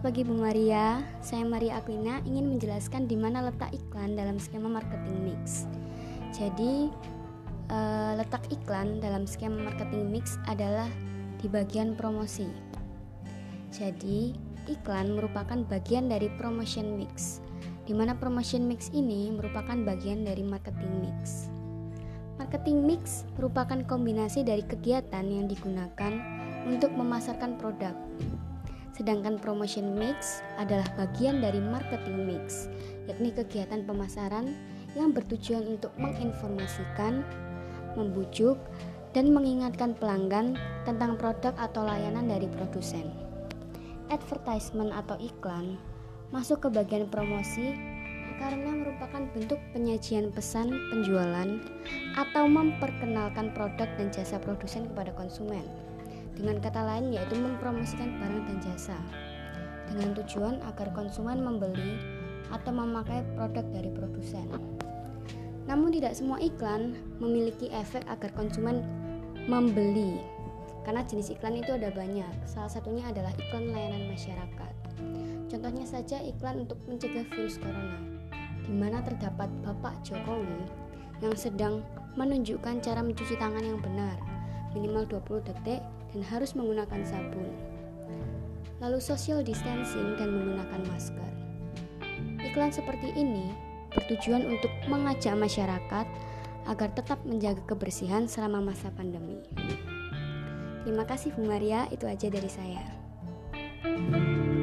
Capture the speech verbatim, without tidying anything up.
Selamat pagi Bu Maria, saya Maria Aquina ingin menjelaskan di mana letak iklan dalam skema marketing mix. Jadi uh, letak iklan dalam skema marketing mix adalah di bagian promosi. Jadi iklan merupakan bagian dari promotion mix, di mana promotion mix ini merupakan bagian dari marketing mix. Marketing mix merupakan kombinasi dari kegiatan yang digunakan untuk memasarkan produk. Sedangkan promotion mix adalah bagian dari marketing mix, yakni kegiatan pemasaran yang bertujuan untuk menginformasikan, membujuk, dan mengingatkan pelanggan tentang produk atau layanan dari produsen. Advertisement atau iklan masuk ke bagian promosi karena merupakan bentuk penyajian pesan penjualan atau memperkenalkan produk dan jasa produsen kepada konsumen. Dengan kata lain yaitu mempromosikan barang dan jasa dengan tujuan agar konsumen membeli atau memakai produk dari produsen. Namun tidak semua iklan memiliki efek agar konsumen membeli, karena jenis iklan itu ada banyak. Salah satunya adalah iklan layanan masyarakat. Contohnya saja iklan untuk mencegah virus corona, di mana terdapat Bapak Jokowi yang sedang menunjukkan cara mencuci tangan yang benar, minimal dua puluh detik dan harus menggunakan sabun. Lalu social distancing dan menggunakan masker. Iklan seperti ini bertujuan untuk mengajak masyarakat agar tetap menjaga kebersihan selama masa pandemi. Terima kasih Bu Maria, itu aja dari saya.